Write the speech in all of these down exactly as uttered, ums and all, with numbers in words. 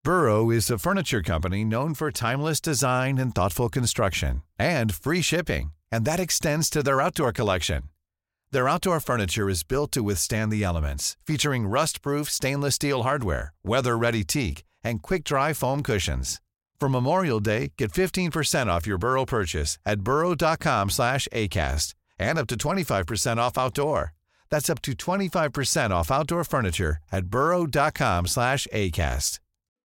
Burrow is a furniture company known for timeless design and thoughtful construction, and free shipping, and that extends to their outdoor collection. Their outdoor furniture is built to withstand the elements, featuring rust-proof stainless steel hardware, weather-ready teak, and quick-dry foam cushions. For Memorial Day, get fifteen percent off your Burrow purchase at burrow.com slash ACAST and up to twenty-five percent off outdoor. That's up to twenty-five percent off outdoor furniture at burrow.com slash ACAST.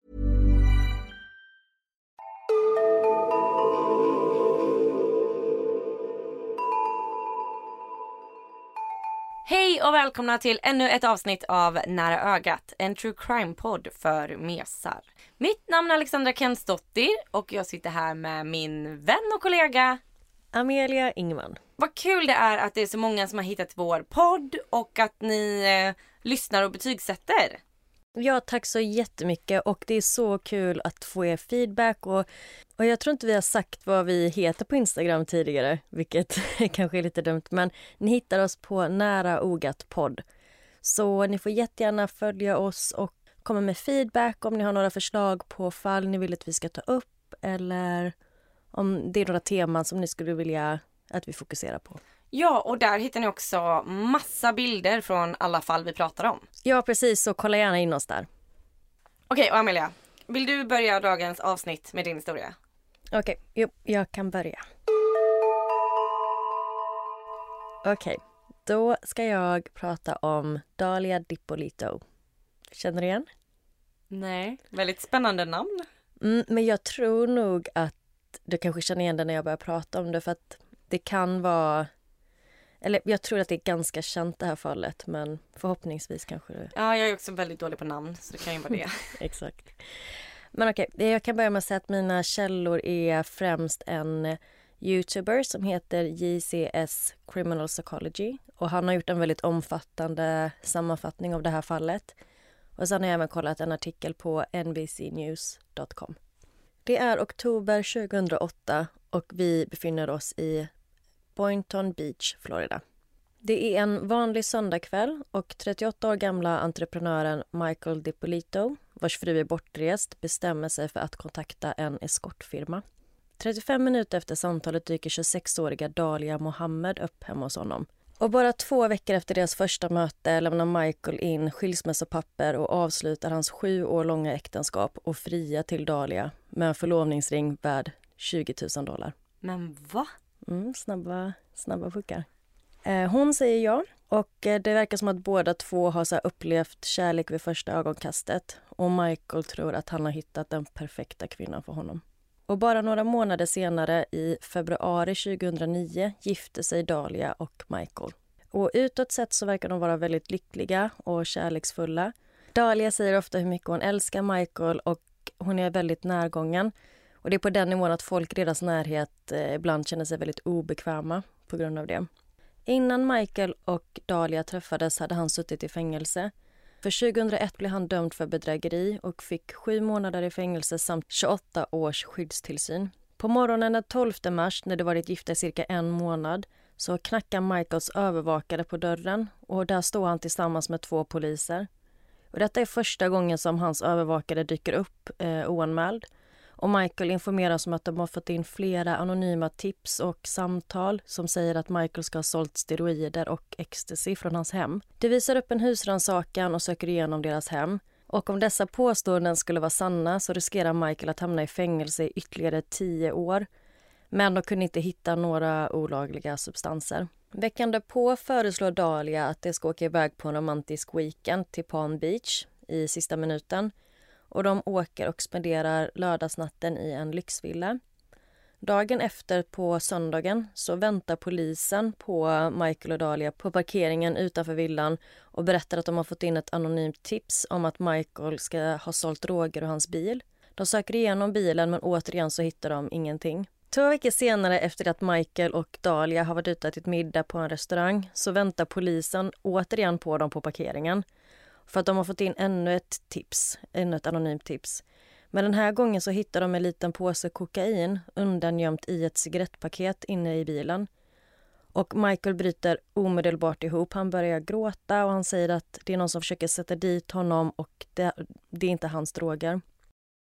Hej och välkomna till ännu ett avsnitt av Nära ögat, en true crime-podd för mesar. Mitt namn är Alexandra Kensdottir och jag sitter här med min vän och kollega Amelia Ingman. Vad kul det är att det är så många som har hittat vår podd och att ni eh, lyssnar och betygsätter. Ja, tack så jättemycket, och det är så kul att få er feedback och, och jag tror inte vi har sagt vad vi heter på Instagram tidigare, vilket kanske är lite dumt, men ni hittar oss på Nära ogat podd. Så ni får jättegärna följa oss och komma med feedback om ni har några förslag på fall ni vill att vi ska ta upp eller om det är några teman som ni skulle vilja att vi fokuserar på. Ja, och där hittar ni också massa bilder från alla fall vi pratar om. Ja, precis, så kolla gärna in oss där. Okej, och Amelia, vill du börja dagens avsnitt med din historia? Okej, jo, jag kan börja. Okej, då ska jag prata om Dalia Dippolito. Känner du igen? Nej, väldigt spännande namn. Mm, men jag tror nog att du kanske känner igen det när jag börjar prata om det, för att det kan vara... Eller jag tror att det är ganska känt det här fallet, men förhoppningsvis kanske det... Ja, jag är också väldigt dålig på namn, så det kan ju vara det. Exakt. Men okej, jag kan börja med att säga att mina källor är främst en YouTuber som heter J C S Criminal Psychology. Och han har gjort en väldigt omfattande sammanfattning av det här fallet. Och sen har jag även kollat en artikel på N B C news dot com. Det är oktober tjugohundraåtta och vi befinner oss i Boynton Beach, Florida. Det är en vanlig söndagkväll och trettioåtta år gamla entreprenören Michael Dippolito, vars fru är bortrest, bestämmer sig för att kontakta en eskortfirma. trettiofem minuter efter samtalet dyker tjugosexåriga Dalia Mohammed upp hemma hos honom. Och bara två veckor efter deras första möte lämnar Michael in skilsmässopapper och avslutar hans sju år långa äktenskap och fria till Dalia med en förlovningsring värd tjugo tusen dollar. Men va? Mm, snabba, snabba puckar. Eh, hon säger ja, och eh, det verkar som att båda två har så här upplevt kärlek vid första ögonkastet. Och Michael tror att han har hittat den perfekta kvinnan för honom. Och bara några månader senare, i februari tjugohundranio, gifte sig Dalia och Michael. Och utåt sett så verkar de vara väldigt lyckliga och kärleksfulla. Dalia säger ofta hur mycket hon älskar Michael och hon är väldigt närgången. Och det är på den nivån att folk i deras närhet eh, ibland känner sig väldigt obekväma på grund av det. Innan Michael och Dalia träffades hade han suttit i fängelse. För tjugohundraett blev han dömd för bedrägeri och fick sju månader i fängelse samt tjugoåtta års skyddstillsyn. På morgonen den tolfte mars, när det varit gifta cirka en månad, så knackar Michaels övervakare på dörren och där står han tillsammans med två poliser. Och detta är första gången som hans övervakare dyker upp eh, oanmäld. Och Michael informeras om att de har fått in flera anonyma tips och samtal som säger att Michael ska ha sålt steroider och ecstasy från hans hem. Det visar upp en husrannsakan och söker igenom deras hem. Och om dessa påståenden skulle vara sanna så riskerar Michael att hamna i fängelse i ytterligare tio år. Men de kunde inte hitta några olagliga substanser. Veckan därpå föreslår Dalia att de ska åka iväg på en romantisk weekend till Palm Beach i sista minuten. Och de åker och spenderar lördagsnatten i en lyxvilla. Dagen efter på söndagen så väntar polisen på Michael och Dalia på parkeringen utanför villan och berättar att de har fått in ett anonymt tips om att Michael ska ha sålt droger ur hans bil. De söker igenom bilen, men återigen så hittar de ingenting. Två veckor senare, efter att Michael och Dalia har varit ute och ätit middag på en restaurang, så väntar polisen återigen på dem på parkeringen. För att de har fått in ännu ett tips, ännu ett anonymt tips. Men den här gången så hittar de en liten påse kokain undangömt i ett cigarettpaket inne i bilen. Och Michael bryter omedelbart ihop. Han börjar gråta och han säger att det är någon som försöker sätta dit honom och det, det är inte hans droger.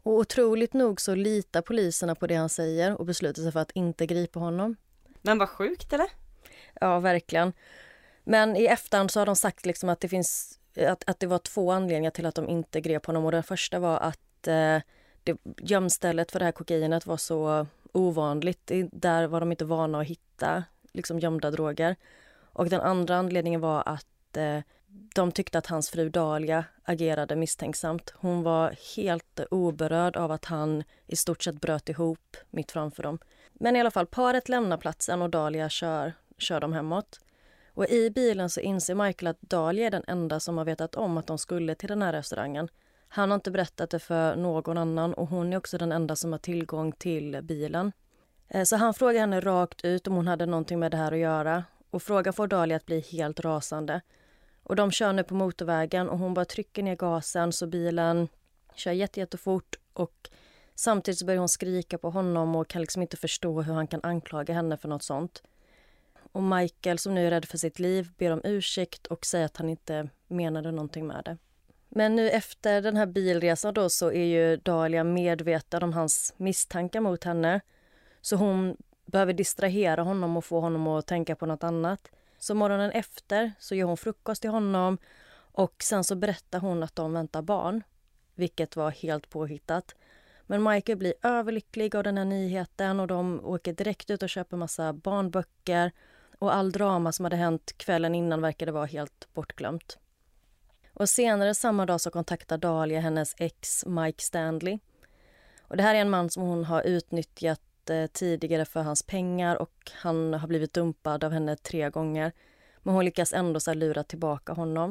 Och otroligt nog så litar poliserna på det han säger och beslutar sig för att inte gripa honom. Men vad sjukt, eller? Ja, verkligen. Men i efterhand så har de sagt liksom att det finns att, att det var två anledningar till att de inte grep honom. Och den första var att eh, det, gömstället för det här kokainet var så ovanligt. Där var de inte vana att hitta liksom gömda droger. Och den andra anledningen var att eh, de tyckte att hans fru Dahlia agerade misstänksamt. Hon var helt oberörd av att han i stort sett bröt ihop mitt framför dem. Men i alla fall, paret lämnar platsen och Dahlia kör, kör dem hemåt. Och i bilen så inser Michael att Dahlia är den enda som har vetat om att de skulle till den här restaurangen. Han har inte berättat det för någon annan och hon är också den enda som har tillgång till bilen. Så han frågar henne rakt ut om hon hade någonting med det här att göra. Och frågan får Dahlia att bli helt rasande. Och de kör nu på motorvägen och hon bara trycker ner gasen så bilen kör jätte, jättefort. Och samtidigt så börjar hon skrika på honom och kan liksom inte förstå hur han kan anklaga henne för något sånt. Och Michael, som nu är rädd för sitt liv, ber om ursäkt och säger att han inte menade någonting med det. Men nu efter den här bilresan då så är ju Dahlia medveten om hans misstankar mot henne. Så hon behöver distrahera honom och få honom att tänka på något annat. Så morgonen efter så gör hon frukost till honom och sen så berättar hon att de väntar barn. Vilket var helt påhittat. Men Michael blir överlycklig av den här nyheten och de åker direkt ut och köper massa barnböcker. Och all drama som hade hänt kvällen innan verkade vara helt bortglömt. Och senare samma dag så kontaktar Dahlia hennes ex Mike Stanley. Och det här är en man som hon har utnyttjat tidigare för hans pengar och han har blivit dumpad av henne tre gånger. Men hon lyckas ändå så här lura tillbaka honom.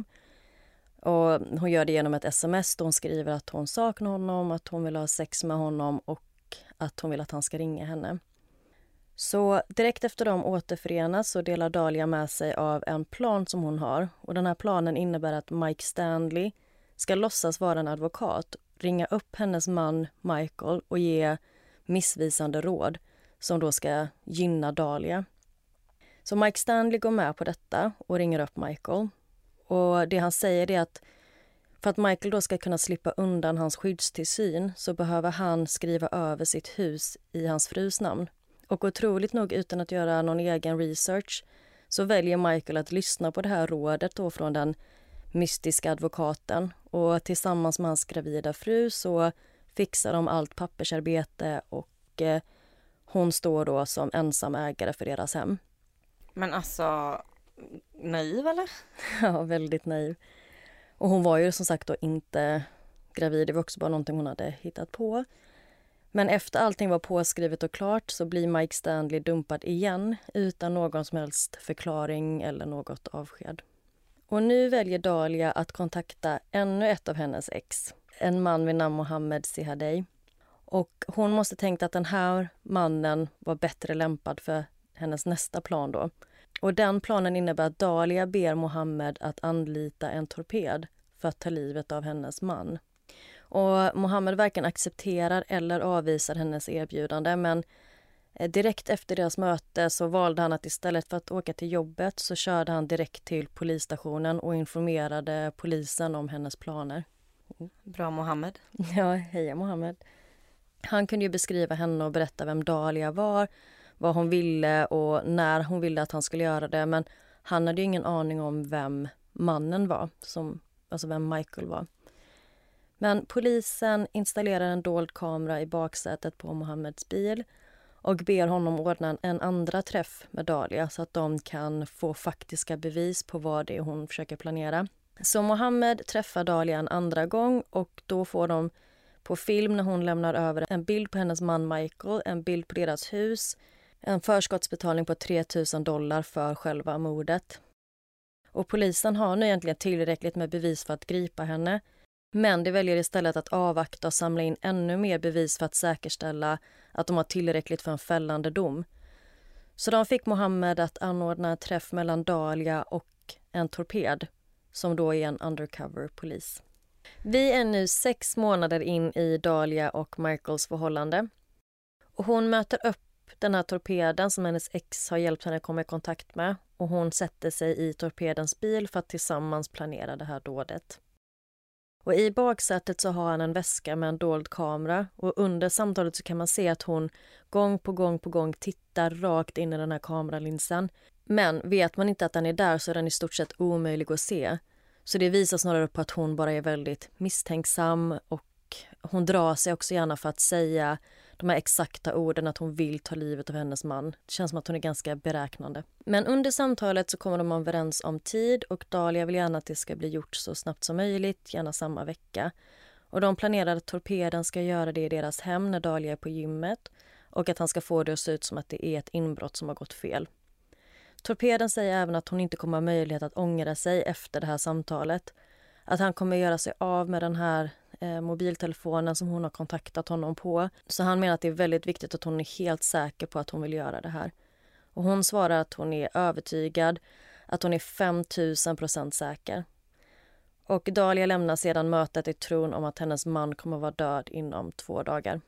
Och hon gör det genom ett sms då hon skriver att hon saknar honom, att hon vill ha sex med honom och att hon vill att han ska ringa henne. Så direkt efter de återförenas så delar Dahlia med sig av en plan som hon har. Och den här planen innebär att Mike Stanley ska låtsas vara en advokat, ringa upp hennes man Michael och ge missvisande råd som då ska gynna Dahlia. Så Mike Stanley går med på detta och ringer upp Michael. Och det han säger är att för att Michael då ska kunna slippa undan hans skyddstillsyn så behöver han skriva över sitt hus i hans frus namn. Och otroligt nog utan att göra någon egen research så väljer Michael att lyssna på det här rådet då från den mystiska advokaten. Och tillsammans med hans gravida fru så fixar de allt pappersarbete och eh, hon står då som ensam ägare för deras hem. Men alltså, naiv eller? Ja, väldigt naiv. Och hon var ju som sagt då inte gravid, det var också bara någonting hon hade hittat på. Men efter allting var påskrivet och klart så blir Mike Stanley dumpad igen utan någon som helst förklaring eller något avsked. Och nu väljer Dahlia att kontakta ännu ett av hennes ex, en man vid namn Mohammed Zihadeh. Och hon måste tänka att den här mannen var bättre lämpad för hennes nästa plan då. Och den planen innebär att Dahlia ber Mohammed att anlita en torped för att ta livet av hennes man. Och Mohammed varken accepterar eller avvisar hennes erbjudande, men direkt efter deras möte så valde han att istället för att åka till jobbet så körde han direkt till polisstationen och informerade polisen om hennes planer. Bra Mohammed. Ja, heja Mohammed. Han kunde ju beskriva henne och berätta vem Dahlia var, vad hon ville och när hon ville att han skulle göra det, men han hade ju ingen aning om vem mannen var, som, alltså vem Michael var. Men polisen installerar en dold kamera i baksätet på Mohammeds bil och ber honom ordna en andra träff med Dahlia så att de kan få faktiska bevis på vad det är hon försöker planera. Så Mohammed träffar Dahlia en andra gång och då får de på film när hon lämnar över en bild på hennes man Michael, en bild på deras hus, en förskottsbetalning på tre tusen dollar för själva mordet. Och polisen har nu egentligen tillräckligt med bevis för att gripa henne. Men de väljer istället att avvakta och samla in ännu mer bevis för att säkerställa att de har tillräckligt för en fällande dom. Så de fick Mohammed att anordna en träff mellan Dahlia och en torped, som då är en undercover-polis. Vi är nu sex månader in i Dahlia och Michaels förhållande. Och hon möter upp den här torpeden som hennes ex har hjälpt henne komma i kontakt med. Och hon sätter sig i torpedens bil för att tillsammans planera det här dådet. Och i baksätet så har han en väska med en dold kamera och under samtalet så kan man se att hon gång på gång på gång tittar rakt in i den här kameralinsen. Men vet man inte att den är där så är den i stort sett omöjlig att se. Så det visar snarare på att hon bara är väldigt misstänksam och hon drar sig också gärna för att säga de här exakta orden att hon vill ta livet av hennes man. Det känns som att hon är ganska beräknande. Men under samtalet så kommer de överens om tid och Dahlia vill gärna att det ska bli gjort så snabbt som möjligt, gärna samma vecka. Och de planerar att torpeden ska göra det i deras hem när Dahlia är på gymmet och att han ska få det att se ut som att det är ett inbrott som har gått fel. Torpeden säger även att hon inte kommer ha möjlighet att ångra sig efter det här samtalet. Att han kommer göra sig av med den här eh, mobiltelefonen som hon har kontaktat honom på. Så han menar att det är väldigt viktigt att hon är helt säker på att hon vill göra det här. Och hon svarar att hon är övertygad, att hon är femtusen procent säker. Och Dahlia lämnar sedan mötet i tron om att hennes man kommer vara död inom två dagar.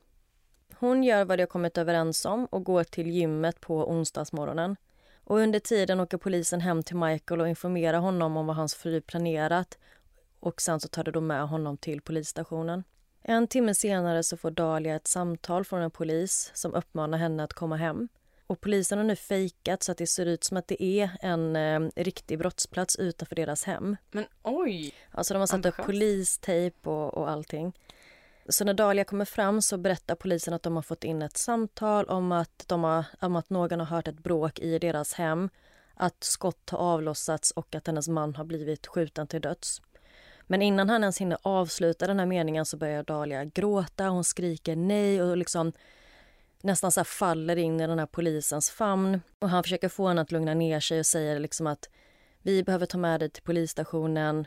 Hon gör vad de har kommit överens om och går till gymmet på onsdagsmorgonen. Och under tiden åker polisen hem till Michael och informerar honom om vad hans fru planerat. Och sen så tar de då med honom till polisstationen. En timme senare så får Dahlia ett samtal från en polis som uppmanar henne att komma hem. Och polisen har nu fejkat så att det ser ut som att det är en eh, riktig brottsplats utanför deras hem. Men oj! Alltså de har satt upp polistejp och, och allting. Så när Dahlia kommer fram så berättar polisen att de har fått in ett samtal om att, de har, om att någon har hört ett bråk i deras hem. Att skott har avlossats och att hennes man har blivit skjuten till döds. Men innan han ens hinner avsluta den här meningen så börjar Dahlia gråta. Hon skriker nej och liksom nästan så här faller in i den här polisens famn. Och han försöker få henne att lugna ner sig och säger liksom att vi behöver ta med dig till polisstationen.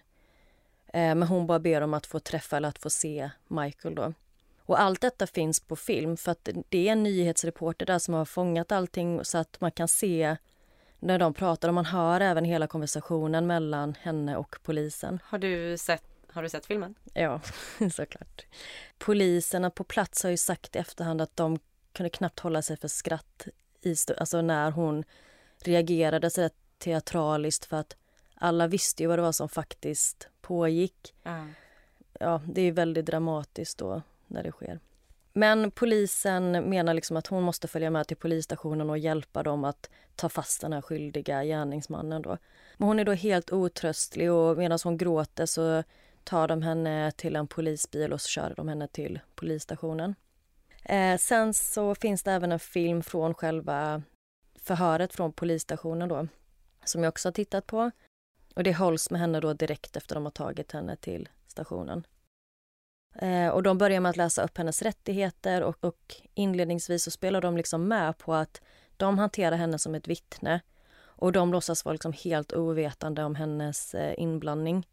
Eh, men hon bara ber om att få träffa eller att få se Michael då. Och allt detta finns på film för att det är en nyhetsreporter där som har fångat allting så att man kan se när de pratar och man hör även hela konversationen mellan henne och polisen. Har du sett, har du sett filmen? Ja, såklart. Poliserna på plats har ju sagt i efterhand att de kunde knappt hålla sig för skratt i st- alltså när hon reagerade så teatraliskt för att alla visste ju vad det var som faktiskt pågick. Mm. Ja, det är väldigt dramatiskt då när det sker. Men polisen menar liksom att hon måste följa med till polisstationen och hjälpa dem att ta fast den här skyldiga gärningsmannen då. Men hon är då helt otröstlig och medan hon gråter så tar de henne till en polisbil och så kör de henne till polisstationen. Eh, sen så finns det även en film från själva förhöret från polisstationen då som jag också har tittat på. Och det hålls med henne då direkt efter de har tagit henne till stationen. Eh, och de börjar med att läsa upp hennes rättigheter och, och inledningsvis så spelar de liksom med på att de hanterar henne som ett vittne. Och de låtsas vara liksom helt ovetande om hennes eh, inblandning.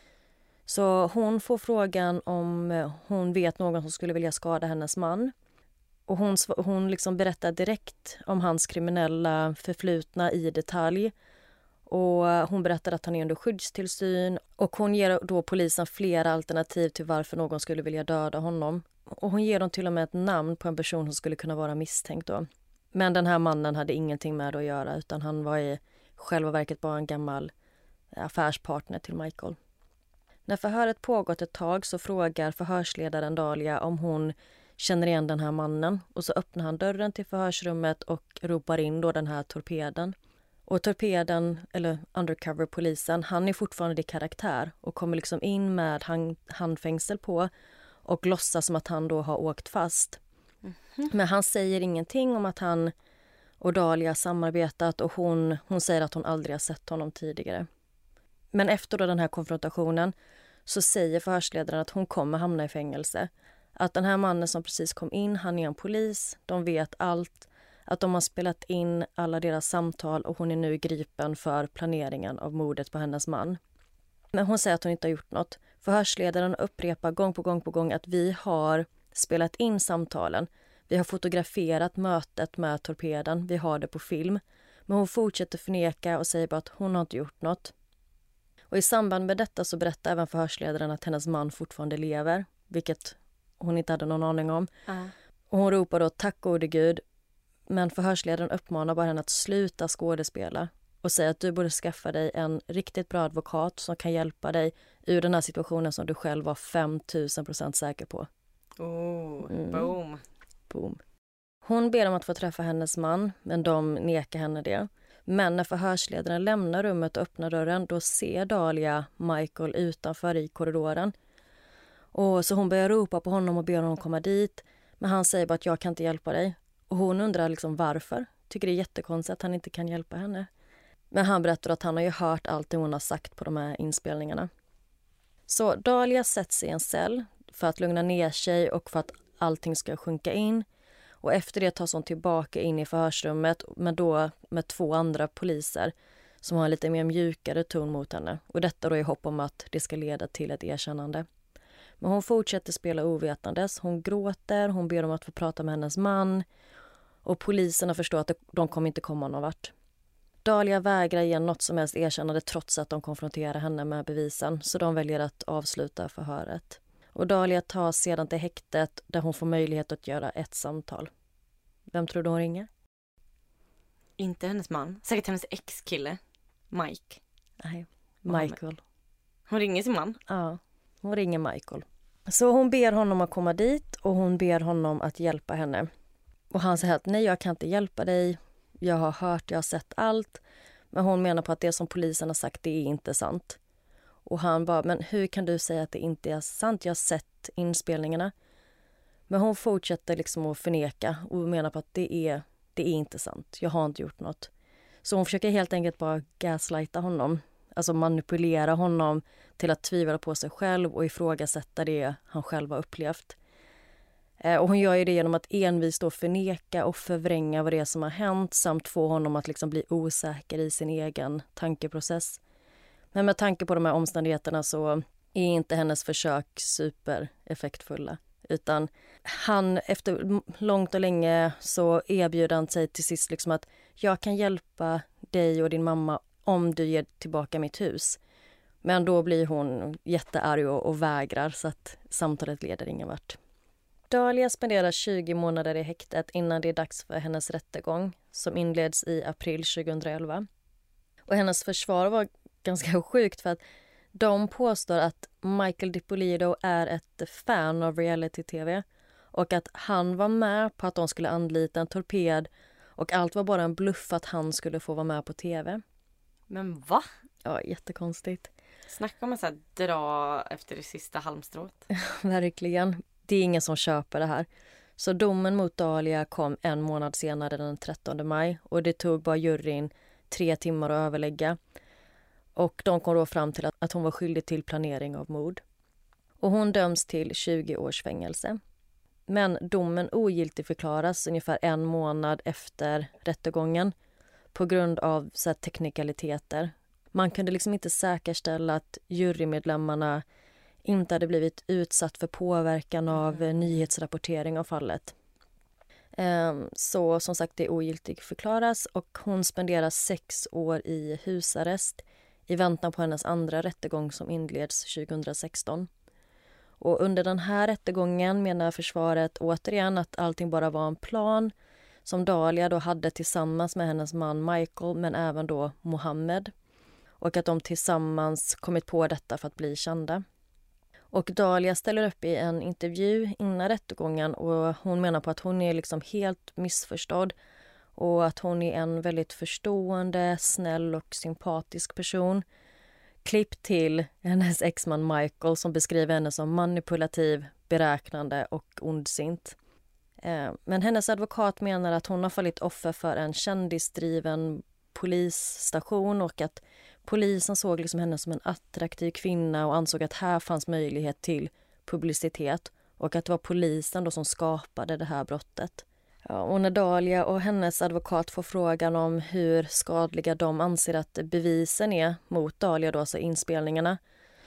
Så hon får frågan om eh, hon vet någon som skulle vilja skada hennes man. Och hon, hon liksom berättar direkt om hans kriminella förflutna i detalj. Och hon berättar att han är under skyddstillsyn och hon ger då polisen flera alternativ till varför någon skulle vilja döda honom. Och hon ger dem till och med ett namn på en person som skulle kunna vara misstänkt då. Men den här mannen hade ingenting med det att göra utan han var i själva verket bara en gammal affärspartner till Michael. När förhöret pågått ett tag så frågar förhörsledaren Dahlia om hon känner igen den här mannen. Och så öppnar han dörren till förhörsrummet och ropar in då den här torpeden. Och torpeden, eller undercover-polisen, han är fortfarande i karaktär och kommer liksom in med hand, handfängsel på och låtsas som att han då har åkt fast. Mm-hmm. Men han säger ingenting om att han och Dahlia samarbetat och hon, hon säger att hon aldrig har sett honom tidigare. Men efter då den här konfrontationen så säger förhörsledaren att hon kommer hamna i fängelse. Att den här mannen som precis kom in, han är en polis, de vet allt. Att de har spelat in alla deras samtal och hon är nu gripen för planeringen av mordet på hennes man. Men hon säger att hon inte har gjort något. Förhörsledaren upprepar gång på gång på gång att vi har spelat in samtalen. Vi har fotograferat mötet med torpeden. Vi har det på film. Men hon fortsätter förneka och säger bara att hon har inte gjort något. Och i samband med detta så berättar även förhörsledaren att hennes man fortfarande lever. Vilket hon inte hade någon aning om. Uh. Och hon ropar då tack gode Gud. Men förhörsledaren uppmanar bara henne att sluta skådespela och säger att du borde skaffa dig en riktigt bra advokat som kan hjälpa dig ur den här situationen som du själv var femtusen procent säker på. Oh, Mm. boom. Boom. Hon ber om att få träffa hennes man, men de nekar henne det. Men när förhörsledaren lämnar rummet och öppnar dörren, då ser Dahlia Michael utanför i korridoren. Och så hon börjar ropa på honom och ber honom komma dit. Men han säger bara att jag kan inte hjälpa dig. Och hon undrar liksom varför. Tycker det är jättekonstigt att han inte kan hjälpa henne. Men han berättar att han har ju hört allt det hon har sagt på de här inspelningarna. Så Dahlia sätts i en cell för att lugna ner sig och för att allting ska sjunka in. Och efter det tas hon tillbaka in i förhörsrummet, men då med två andra poliser som har en lite mer mjukare ton mot henne. Och detta då i hopp om att det ska leda till ett erkännande. Men hon fortsätter spela ovetandes. Hon gråter, hon ber om att få prata med hennes man. Och poliserna förstår att de kommer inte komma någon vart. Dahlia vägrar ge något som helst erkännande trots att de konfronterar henne med bevisen. Så de väljer att avsluta förhöret. Och Dahlia tas sedan till häktet där hon får möjlighet att göra ett samtal. Vem tror du hon ringer? Inte hennes man. Säkert hennes ex-kille. Mike. Nej, Michael. Hon ringer sin man. Ja, hon ringer Michael. Så hon ber honom att komma dit och hon ber honom att hjälpa henne. Och han säger att nej, jag kan inte hjälpa dig. Jag har hört, jag har sett allt. Men hon menar på att det som polisen har sagt, det är inte sant. Och han bara, men hur kan du säga att det inte är sant? Jag har sett inspelningarna. Men hon fortsätter liksom att förneka och menar på att det är, det är inte sant. Jag har inte gjort något. Så hon försöker helt enkelt bara gaslighta honom. Alltså manipulera honom till att tvivla på sig själv och ifrågasätta det han själv har upplevt. Eh, och hon gör ju det genom att envist då förneka och förvränga vad det är som har hänt samt få honom att liksom bli osäker i sin egen tankeprocess. Men med tanke på de här omständigheterna så är inte hennes försök supereffektfulla. Utan han, efter långt och länge så erbjuder han sig till sist liksom att jag kan hjälpa dig och din mamma om du ger tillbaka mitt hus. Men då blir hon jättearg och, och vägrar så att samtalet leder ingen vart. Dahlia spenderar tjugo månader i häktet innan det är dags för hennes rättegång som inleds i april tjugoelva. Och hennes försvar var ganska sjukt för att de påstår att Michael DiPolito är ett fan av reality-tv och att han var med på att de skulle anlita en torped och allt var bara en bluff att han skulle få vara med på tv. Men va? Ja, jättekonstigt. Snacka om att så här, dra efter det sista halmstrået. Verkligen. Det är ingen som köper det här. Så domen mot Dahlia kom en månad senare den trettonde maj och det tog bara juryn tre timmar att överlägga. Och de kom då fram till att hon var skyldig till planering av mord. Och hon döms till tjugo års fängelse. Men domen ogiltig förklaras ungefär en månad efter rättegången på grund av så här, teknikaliteter. Man kunde liksom inte säkerställa att jurymedlemmarna inte hade blivit utsatt för påverkan av mm. nyhetsrapportering av fallet. Um, så som sagt, det ogiltigt förklaras och hon spenderar sex år i husarrest i väntan på hennes andra rättegång som inleds tjugohundrasexton. Och under den här rättegången menar försvaret återigen att allting bara var en plan som Dahlia då hade tillsammans med hennes man Michael men även då Mohammed. Och att de tillsammans kommit på detta för att bli kända. Och Dahlia ställer upp i en intervju innan rättegången och hon menar på att hon är liksom helt missförstådd och att hon är en väldigt förstående, snäll och sympatisk person. Klipp till hennes exman Michael som beskriver henne som manipulativ, beräknande och ondsint. Men hennes advokat menar att hon har fallit offer för en kändisdriven polisstation och att polisen såg liksom henne som en attraktiv kvinna och ansåg att här fanns möjlighet till publicitet och att det var polisen då som skapade det här brottet. Ja, och när Dahlia och hennes advokat får frågan om hur skadliga de anser att bevisen är mot Dahlia, då, alltså inspelningarna,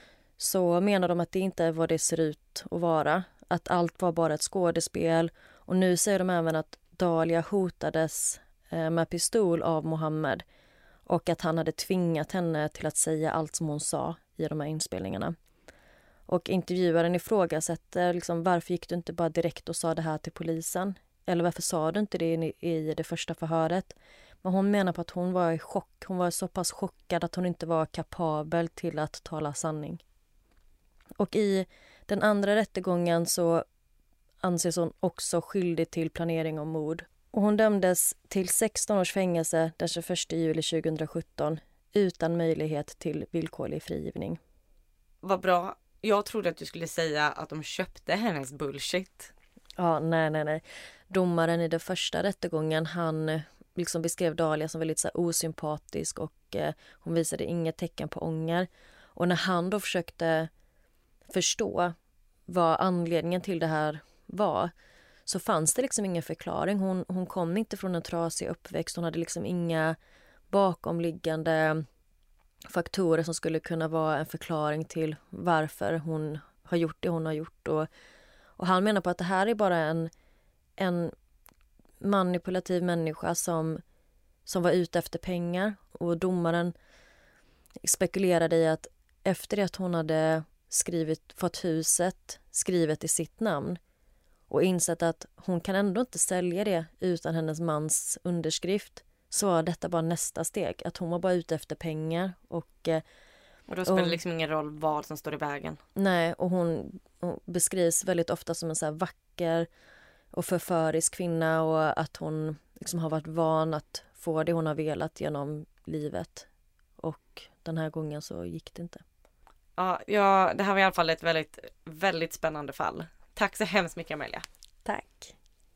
så menar de att det inte är vad det ser ut att vara. Att allt var bara ett skådespel. Och nu säger de även att Dahlia hotades med pistol av Mohammed och att han hade tvingat henne till att säga allt som hon sa i de här inspelningarna. Och intervjuaren ifrågasätter liksom, varför gick du inte bara direkt och sa det här till polisen? Eller varför sa du inte det i det första förhöret? Men hon menar på att hon var i chock. Hon var så pass chockad att hon inte var kapabel till att tala sanning. Och i den andra rättegången så anses hon också skyldig till planering av mord. Och hon dömdes till sexton års fängelse den tjugoförsta juli tjugohundrasjutton utan möjlighet till villkorlig frigivning. Vad bra. Jag trodde att du skulle säga att de köpte hennes bullshit. Ja, nej, nej, nej. Domaren i den första rättegången, han liksom beskrev Dahlia som väldigt så här, osympatisk och eh, hon visade inget tecken på ånger. Och när han då försökte förstå vad anledningen till det här var, så fanns det liksom ingen förklaring. Hon, hon kom inte från en trasig uppväxt. Hon hade liksom inga bakomliggande faktorer som skulle kunna vara en förklaring till varför hon har gjort det hon har gjort. Och, och han menar på att det här är bara en, en manipulativ människa som, som var ute efter pengar. Och domaren spekulerade i att efter att hon hade skrivit, fått huset skrivet i sitt namn och insett att hon kan ändå inte sälja det utan hennes mans underskrift, så var detta bara nästa steg. Att hon var bara ute efter pengar. Och, och då spelar det liksom ingen roll vad som står i vägen. Nej, och hon, hon beskrivs väldigt ofta som en så här vacker och förförisk kvinna och att hon liksom har varit van att få det hon har velat genom livet. Och den här gången så gick det inte. Ja, ja, det här var i alla fall ett väldigt, väldigt spännande fall. Tack så hemskt mycket, Amelia. Tack.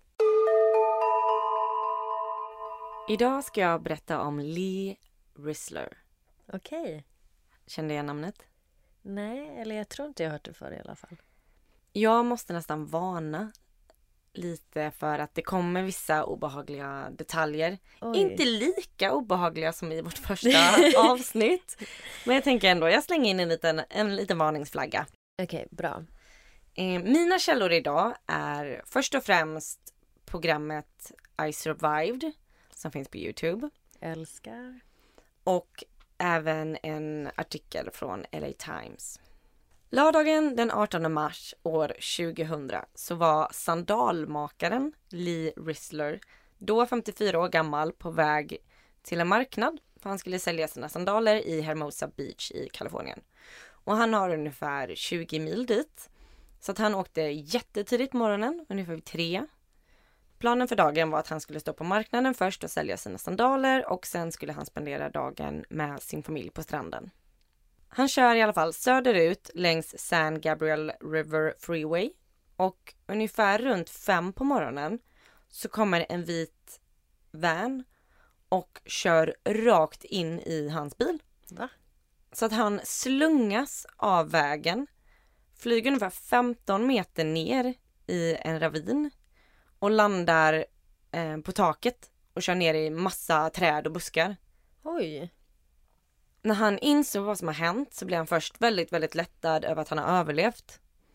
Idag ska jag berätta om Lee Risler. Okej. Okay. Kände jag namnet? Nej, eller jag tror inte jag har hört det förr i alla fall. Jag måste nästan varna lite för att det kommer vissa obehagliga detaljer. Oj. Inte lika obehagliga som i vårt första avsnitt. Men jag tänker ändå, jag slänger in en liten, en liten varningsflagga. Okej, okay, bra. Eh, mina källor idag är först och främst programmet I Survived som finns på YouTube. Älskar. Och även en artikel från L A Times. Lördagen den artonde mars år tjugohundra så var sandalmakaren Lee Risler, då femtiofyra år gammal, på väg till en marknad. För han skulle sälja sina sandaler i Hermosa Beach i Kalifornien. Och han har ungefär tjugo mil dit. Så att han åkte jättetidigt morgonen, ungefär vid tre. Planen för dagen var att han skulle stå på marknaden först och sälja sina sandaler och sen skulle han spendera dagen med sin familj på stranden. Han kör i alla fall söderut längs San Gabriel River Freeway och ungefär runt fem på morgonen så kommer en vit van och kör rakt in i hans bil. Va? Så att han slungas av vägen, flyger ungefär femton meter ner i en ravin och landar eh, på taket och kör ner i massa träd och buskar. Oj. När han insåg vad som har hänt så blev han först väldigt, väldigt lättad över att han har överlevt.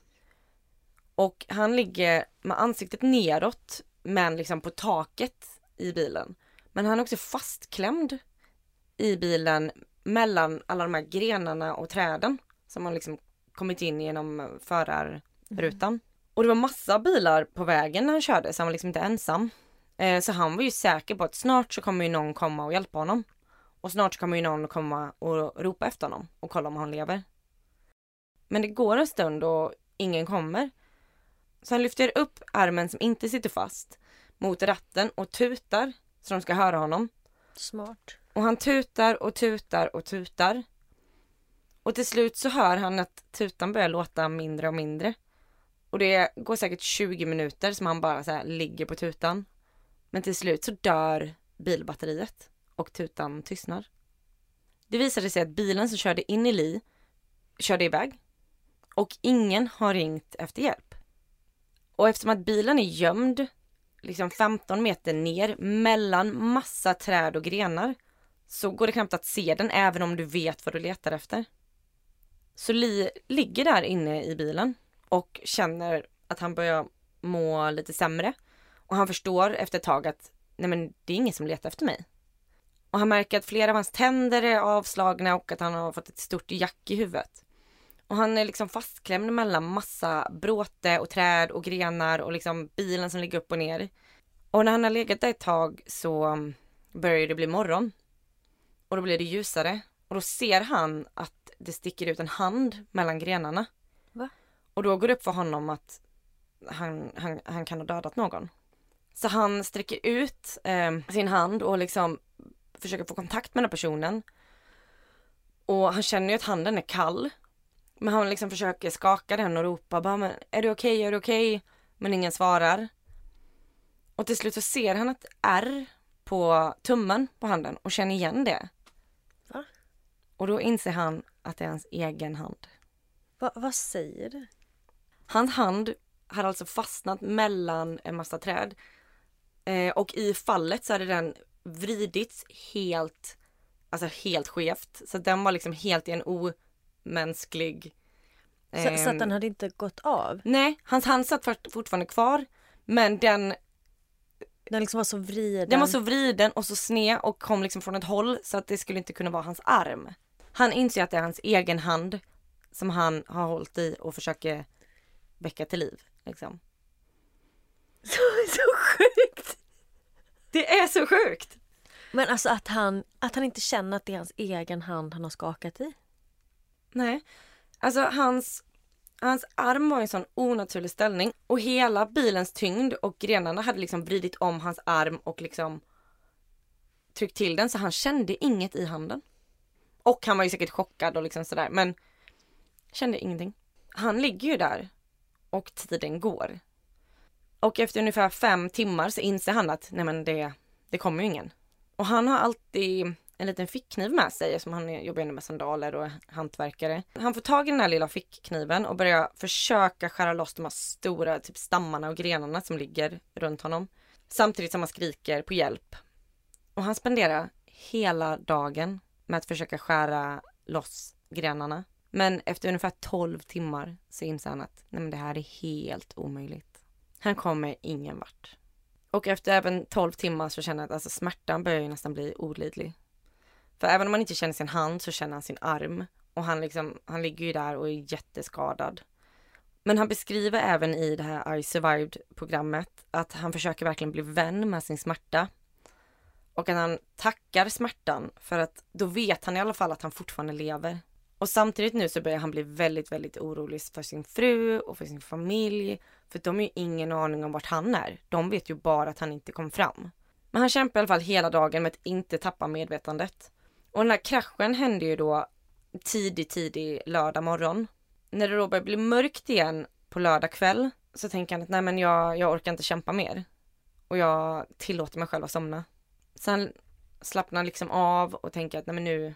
Och han ligger med ansiktet neråt, men liksom på taket i bilen. Men han är också fastklämd i bilen mellan alla de här grenarna och träden som har liksom kommit in genom förarrutan. Mm. Och det var massa bilar på vägen när han körde, så han var liksom inte ensam. Eh, så han var ju säker på att snart så kommer ju någon komma och hjälpa honom. Och snart så kommer ju någon komma och ropa efter honom och kolla om han lever. Men det går en stund och ingen kommer. Så han lyfter upp armen som inte sitter fast mot ratten och tutar så de ska höra honom. Smart. Och han tutar och tutar och tutar. Och till slut så hör han att tutan börjar låta mindre och mindre. Och det går säkert tjugo minuter som han bara så här ligger på tutan. Men till slut så dör bilbatteriet. Och tutan tystnar. Det visade sig att bilen som körde in i Lee körde iväg. Och ingen har ringt efter hjälp. Och eftersom att bilen är gömd liksom femton meter ner mellan massa träd och grenar så går det knappt att se den även om du vet vad du letar efter. Så Lee ligger där inne i bilen och känner att han börjar må lite sämre. Och han förstår efter ett tag att nej men det är ingen som letar efter mig. Och han märker att flera av hans tänder är avslagna och att han har fått ett stort jack i huvudet. Och han är liksom fastklämd mellan massa bråte och träd och grenar och liksom bilen som ligger upp och ner. Och när han har legat där ett tag så börjar det bli morgon. Och då blir det ljusare. Och då ser han att det sticker ut en hand mellan grenarna. Och då går det upp för honom att han, han, han kan ha dödat någon. Så han sträcker ut eh, sin hand och liksom försöker få kontakt med den personen. Och han känner ju att handen är kall. Men han liksom försöker skaka den och ropa bara, men är du okej, är du okej? Men ingen svarar. Och till slut så ser han ett ärr på tummen på handen och känner igen det. Va? Och då inser han att det är hans egen hand. Va, vad säger du? Hans hand har alltså fastnat mellan en massa träd. Eh, och i fallet så hade den vridits helt, alltså helt skevt. Så den var liksom helt i en omänsklig... Eh, Så, så att den hade inte gått av? Nej, hans hand satt fortfarande kvar. Men den... Den liksom var så vriden. Den var så vriden och så sned och kom liksom från ett håll så att det skulle inte kunna vara hans arm. Han inser att det är hans egen hand som han har hållit i och försöker väcka till liv. Liksom. Så, så sjukt! Det är så sjukt! Men alltså att han, att han inte känner att det är hans egen hand han har skakat i. Nej, alltså hans, hans arm var i en sån onaturlig ställning och hela bilens tyngd och grenarna hade liksom vridit om hans arm och liksom tryckt till den så han kände inget i handen. Och han var ju säkert chockad och liksom sådär, men kände ingenting. Han ligger ju där och tiden går. Och efter ungefär fem timmar så inser han att nej men det, det kommer ju ingen. Och han har alltid en liten fickkniv med sig som han jobbar med sandaler och hantverkare. Han får tag i den här lilla fickkniven och börjar försöka skära loss de här stora typ stammarna och grenarna som ligger runt honom. Samtidigt som han skriker på hjälp. Och han spenderar hela dagen med att försöka skära loss grenarna. Men efter ungefär tolv timmar så inser han att nej men det här är helt omöjligt. Han kommer ingen vart. Och efter även tolv timmar så känner han att alltså, smärtan börjar ju nästan bli olidlig. För även om man inte känner sin hand så känner han sin arm. Och han, liksom, han ligger ju där och är jätteskadad. Men han beskriver även i det här I Survived-programmet att han försöker verkligen bli vän med sin smärta. Och att han tackar smärtan för att då vet han i alla fall att han fortfarande lever. Och samtidigt nu så börjar han bli väldigt, väldigt orolig för sin fru och för sin familj. För de har ju ingen aning om vart han är. De vet ju bara att han inte kom fram. Men han kämpar i alla fall hela dagen med att inte tappa medvetandet. Och den här kraschen hände ju då tidig, tidig lördag morgon. När det då börjar bli mörkt igen på lördag kväll så tänker han att nej men jag, jag orkar inte kämpa mer. Och jag tillåter mig själv att somna. Så han slappnar liksom av och tänker att nej men nu,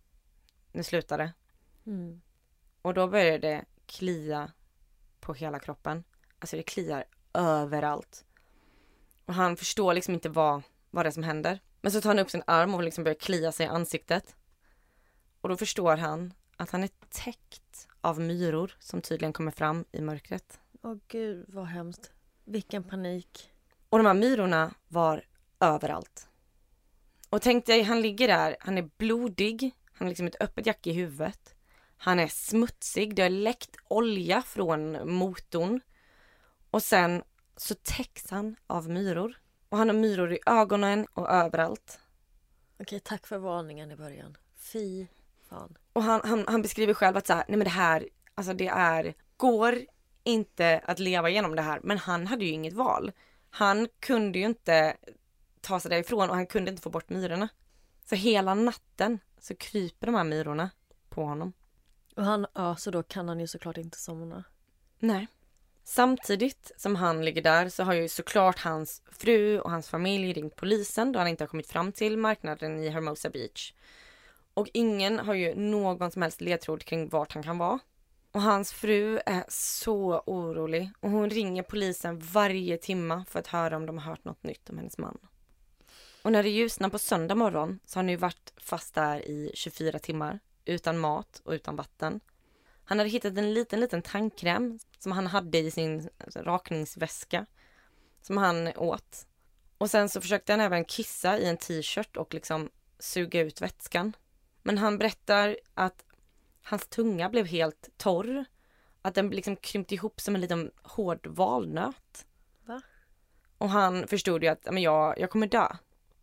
nu slutar det. Mm. Och då börjar det klia på hela kroppen. Alltså det kliar överallt. Och han förstår liksom inte vad, vad det är som händer. Men så tar han upp sin arm och liksom börjar klia sig i ansiktet. Och då förstår han att han är täckt av myror som tydligen kommer fram i mörkret. Åh gud, vad hemskt. Vilken panik. Och de här myrorna var överallt. Och tänk dig, han ligger där, han är blodig. Han har liksom ett öppet jack i huvudet. Han är smutsig, det har läckt olja från motorn. Och sen så täcks han av myror. Och han har myror i ögonen och överallt. Okej, tack för varningen i början. Fy fan. Och han, han, han beskriver själv att så här, nej men det här, alltså det är, går inte att leva igenom det här. Men han hade ju inget val. Han kunde ju inte ta sig därifrån och han kunde inte få bort myrorna. Så hela natten så kryper de här myrorna på honom. Och han, ja, så då kan han ju såklart inte somna. Nej. Samtidigt som han ligger där så har ju såklart hans fru och hans familj ringt polisen då han inte har kommit fram till marknaden i Hermosa Beach. Och ingen har ju någon som helst ledtråd kring vart han kan vara. Och hans fru är så orolig och hon ringer polisen varje timma för att höra om de har hört något nytt om hennes man. Och när det ljusnar på söndag morgon så har han ju varit fast där i tjugofyra timmar utan mat och utan vatten. Han hade hittat en liten, liten tandkräm som han hade i sin alltså, rakningsväska som han åt. Och sen så försökte han även kissa i en t-shirt och liksom suga ut vätskan. Men han berättar att hans tunga blev helt torr. Att den liksom krympte ihop som en liten hård valnöt. Va? Och han förstod ju att men jag, jag kommer dö.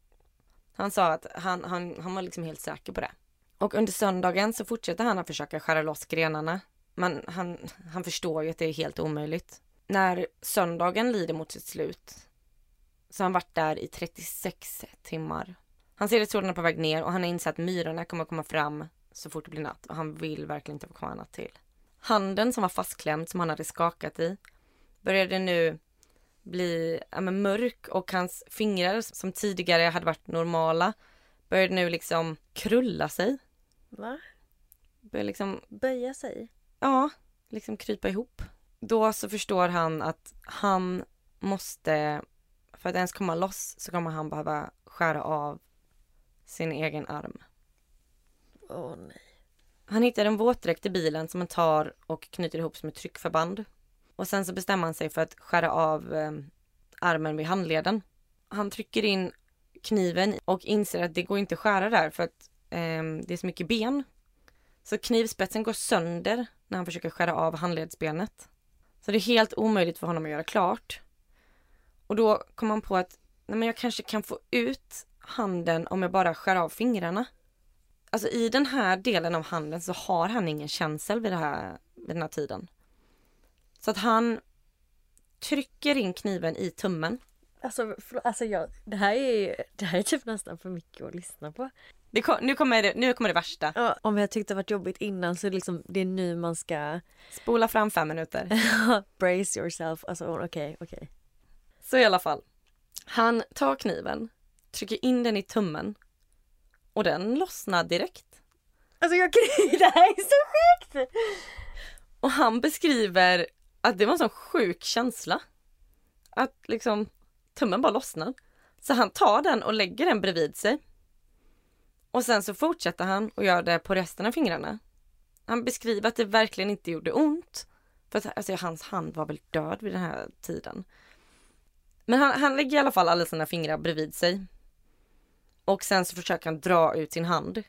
Han sa att han, han, han var liksom helt säker på det. Och under söndagen så fortsätter han att försöka skära loss grenarna. Men han, han förstår ju att det är helt omöjligt. När söndagen lider mot sitt slut så har han varit där i trettiosex timmar. Han ser ledtrådarna på väg ner och han har insett att myrorna kommer komma fram så fort det blir natt. Och han vill verkligen inte få komma natt till. Handen som var fastklämd, som han hade skakat i, började nu bli ja, men mörk, och hans fingrar som tidigare hade varit normala började nu liksom krulla sig. Va? Började liksom... Böja sig? Ja, liksom krypa ihop. Då så förstår han att han måste, för att ens komma loss så kommer han behöva skära av sin egen arm. Åh oh, nej. Han hittar en våtdräkt i bilen som han tar och knyter ihop som ett tryckförband. Och sen så bestämmer han sig för att skära av eh, armen vid handleden. Han trycker in kniven och inser att det går inte att skära där för att eh, det är så mycket ben. Så knivspetsen går sönder när han försöker skära av handledsbenet. Så det är helt omöjligt för honom att göra klart. Och då kommer han på att nej, men jag kanske kan få ut handen om jag bara skär av fingrarna. Alltså i den här delen av handen så har han ingen känsel vid, det här, vid den här tiden. Så att han trycker in kniven i tummen. Alltså, för, alltså jag, det, här är, det här är typ nästan för mycket att lyssna på. Det kom, nu, kommer det, nu kommer det värsta. Ja, om jag tyckte det varit jobbigt innan så är det, liksom, det är nu man ska... Spola fram fem minuter. Brace yourself. Alltså okej, okay, okej. Okay. Så i alla fall. Han tar kniven, trycker in den i tummen och den lossnar direkt. Alltså jag det här är så sjukt! Och han beskriver att det var en sån sjuk känsla. Att liksom tummen bara lossnar. Så han tar den och lägger den bredvid sig. Och sen så fortsätter han och gör det på resten av fingrarna. Han beskriver att det verkligen inte gjorde ont. För att alltså, hans hand var väl död vid den här tiden. Men han, han lägger i alla fall alla sina fingrar bredvid sig. Och sen så försöker han dra ut sin hand.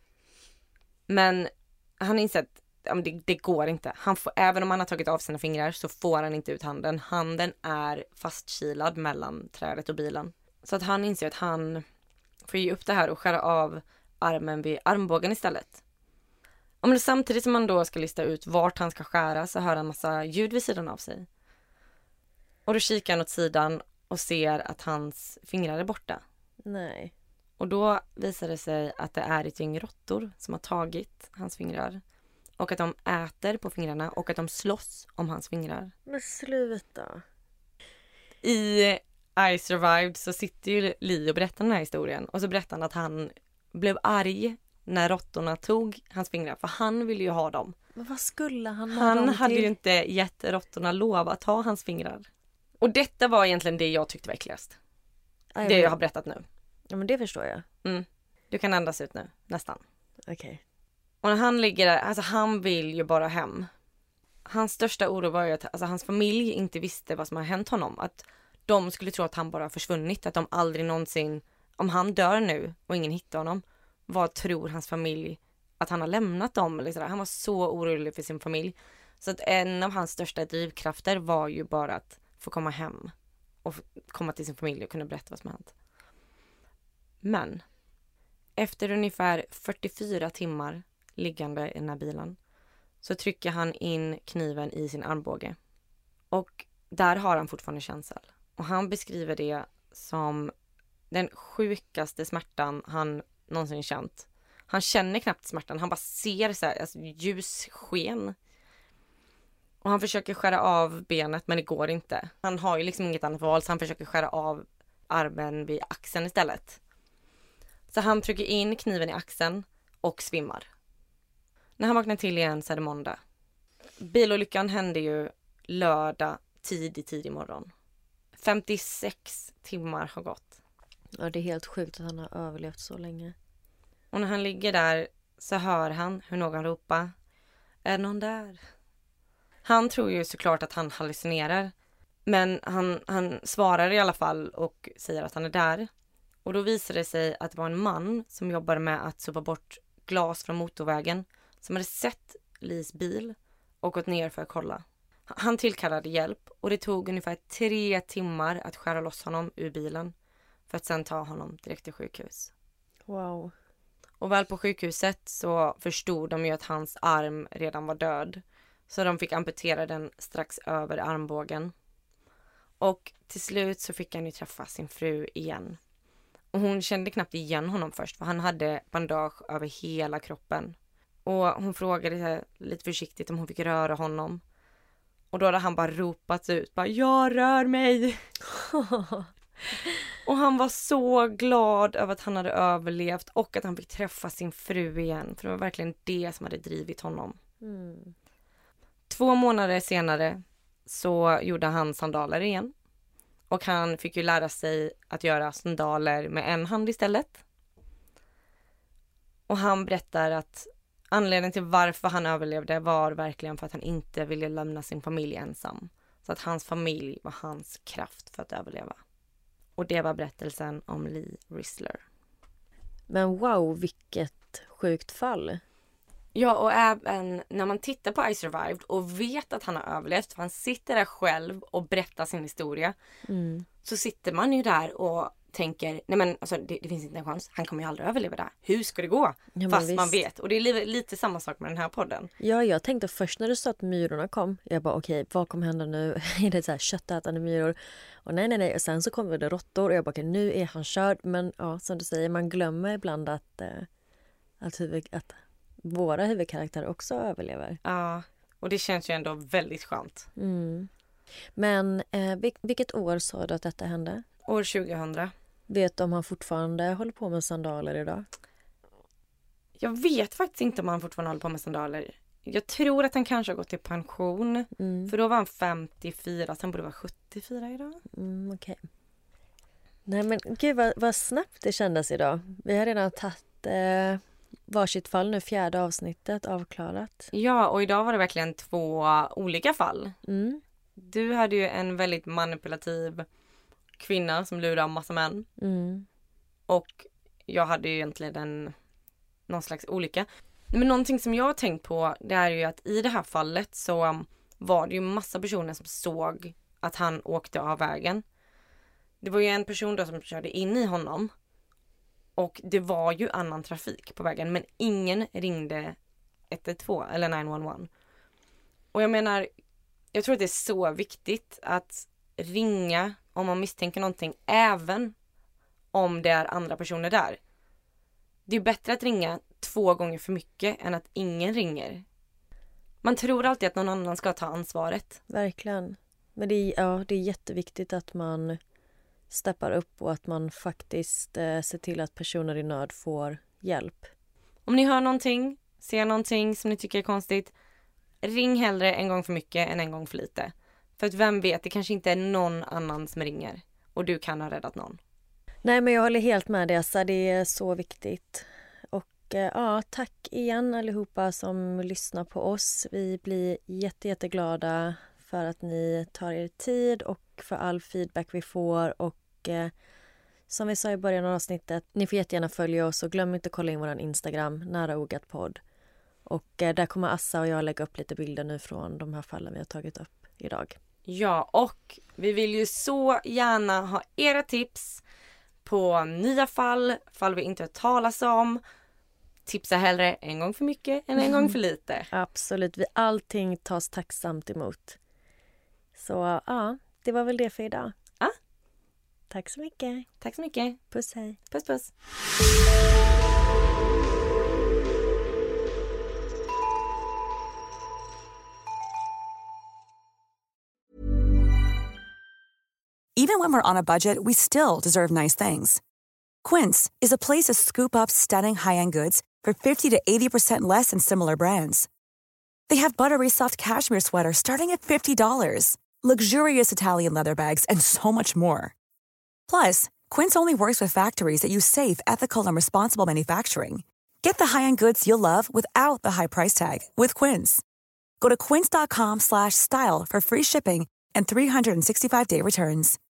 Men han inser att ja, men det, det går inte. Han får, även om han har tagit av sina fingrar så får han inte ut handen. Handen är fastkilad mellan trädet och bilen. Så att han inser att han får ge upp det här och skära av armen vid armbågen istället. Och men samtidigt som man då ska lista ut vart han ska skära så hör han massa ljud vid sidan av sig. Och då kikar han åt sidan och ser att hans fingrar är borta. Nej. Och då visar det sig att det är ett gäng råttor som har tagit hans fingrar. Och att de äter på fingrarna och att de slåss om hans fingrar. Men sluta. I I Survived så sitter ju Lee och berättar den här historien. Och så berättar han att han blev arg när råttorna tog hans fingrar. För han ville ju ha dem. Men vad skulle han ha Han dem hade till? ju inte gett råttorna lov att ta hans fingrar. Och detta var egentligen det jag tyckte var äckligast. Aj, det men... jag har berättat nu. Ja men det förstår jag. Mm. Du kan andas ut nu, nästan. Okej. Okay. Och när han ligger där, alltså han vill ju bara hem. Hans största oro var ju att alltså, hans familj inte visste vad som har hänt honom. Att de skulle tro att han bara har försvunnit. Att de aldrig någonsin, om han dör nu och ingen hittar honom, vad tror hans familj att han har lämnat dem? Eller sådär. Han var så orolig för sin familj. Så att en av hans största drivkrafter var ju bara att få komma hem. Och komma till sin familj och kunna berätta vad som har hänt. Men efter ungefär fyrtiofyra timmar liggande i den här bilen så trycker han in kniven i sin armbåge. Och där har han fortfarande känsel. Och han beskriver det som den sjukaste smärtan han någonsin känt. Han känner knappt smärtan. Han bara ser så här, alltså, ljussken. Och han försöker skära av benet men det går inte. Han har ju liksom inget annat val så han försöker skära av armen vid axeln istället. Så han trycker in kniven i axeln och svimmar. När han vaknar till igen så är det måndag. Bilolyckan hände ju lördag tidig, tidig morgon. femtiosex timmar har gått. Ja, det är helt sjukt att han har överlevt så länge. Och när han ligger där så hör han hur någon ropar. Är någon där? Han tror ju såklart att han hallucinerar. Men han, han svarar i alla fall och säger att han är där. Och då visar det sig att det var en man som jobbade med att sopa bort glas från motorvägen. Som hade sett Lees bil och gått ner för att kolla. Han tillkallade hjälp och det tog ungefär tre timmar att skära loss honom ur bilen. För att sen ta honom direkt till sjukhus. Wow. Och väl på sjukhuset så förstod de ju att hans arm redan var död. Så de fick amputera den strax över armbågen. Och till slut så fick han ju träffa sin fru igen. Och hon kände knappt igen honom först, för han hade bandage över hela kroppen. Och hon frågade lite försiktigt om hon fick röra honom. Och då hade han bara ropat ut, bara, jag rör mig. Och han var så glad över att han hade överlevt och att han fick träffa sin fru igen. För det var verkligen det som hade drivit honom. Mm. Två månader senare så gjorde han sandaler igen. Och han fick ju lära sig att göra sandaler med en hand istället. Och han berättar att anledningen till varför han överlevde var verkligen för att han inte ville lämna sin familj ensam. Så att hans familj var hans kraft för att överleva. Och det var berättelsen om Lee Rissler. Men wow, vilket sjukt fall. Ja, och även när man tittar på I Survived och vet att han har överlevt, för han sitter där själv och berättar sin historia, Mm. så sitter man ju där och tänker, nej men alltså, det, det finns inte en chans, han kommer ju aldrig överleva det här. Hur ska det gå? Ja, Fast visst. man vet. Och det är li- lite samma sak med den här podden. Ja, jag tänkte först när du sa att myrorna kom. Jag bara okej, okay, vad kommer hända nu? Är det så här köttätande myror? Och nej, nej, nej. Och sen så kommer det råttor och jag bara okej, nu är han körd. Men ja, som du säger, man glömmer ibland att, eh, att, huvud, att våra huvudkaraktärer också överlever. Ja, och det känns ju ändå väldigt skönt. Mm. Men eh, vil- vilket år sa du att detta hände? År tjugohundra. Vet du om han fortfarande håller på med sandaler idag? Jag vet faktiskt inte om han fortfarande håller på med sandaler. Jag tror att han kanske har gått i pension. Mm. För då var han femtiofyra, så han borde vara sjuttiofyra idag. Mm, okej. Okay. Nej men gud vad, vad snabbt det kändes idag. Vi har redan tagit eh, varsitt fall nu, fjärde avsnittet avklarat. Ja, och idag var det verkligen två olika fall. Mm. Du hade ju en väldigt manipulativ kvinna som lurar massa män. Mm. Och jag hade ju egentligen en, någon slags olika. Men någonting som jag har tänkt på, det är ju att i det här fallet så um, var det ju massa personer som såg att han åkte av vägen. Det var ju en person då som körde in i honom. Och det var ju annan trafik på vägen, men ingen ringde ett ett två eller nio ett ett. Och jag menar, jag tror att det är så viktigt att ringa om man misstänker någonting, även om det är andra personer där. Det är bättre att ringa två gånger för mycket än att ingen ringer. Man tror alltid att någon annan ska ta ansvaret. Verkligen. Men det är, ja, det är jätteviktigt att man steppar upp och att man faktiskt eh, ser till att personer i nöd får hjälp. Om ni hör någonting, ser någonting som ni tycker är konstigt, ring hellre en gång för mycket än en gång för lite. För att vem vet, det kanske inte är någon annan som ringer. Och du kan ha räddat någon. Nej, men jag håller helt med dig, Assa. Det är så viktigt. Och eh, ja, tack igen allihopa som lyssnar på oss. Vi blir jätte, jätteglada för att ni tar er tid och för all feedback vi får. Och eh, som vi sa i början av avsnittet, ni får jättegärna följa oss och glöm inte att kolla in vår Instagram, Nära Ogat podd. Och eh, där kommer Assa och jag lägga upp lite bilder nu från de här fallen vi har tagit upp idag. Ja, och vi vill ju så gärna ha era tips på nya fall, fall vi inte har talas om. Tipsa hellre en gång för mycket än en gång för lite. Absolut, vi allting tas tacksamt emot. Så ja, det var väl det för idag. Ja. Tack så mycket. Tack så mycket. Puss, hej. Puss, puss. Even when we're on a budget, we still deserve nice things. Quince is a place to scoop up stunning high-end goods for fifty to eighty percent less than similar brands. They have buttery soft cashmere sweaters starting at fifty dollars, luxurious Italian leather bags, and so much more. Plus, Quince only works with factories that use safe, ethical, and responsible manufacturing. Get the high-end goods you'll love without the high price tag with Quince. Go to quince dot com slash style for free shipping and three sixty-five day returns.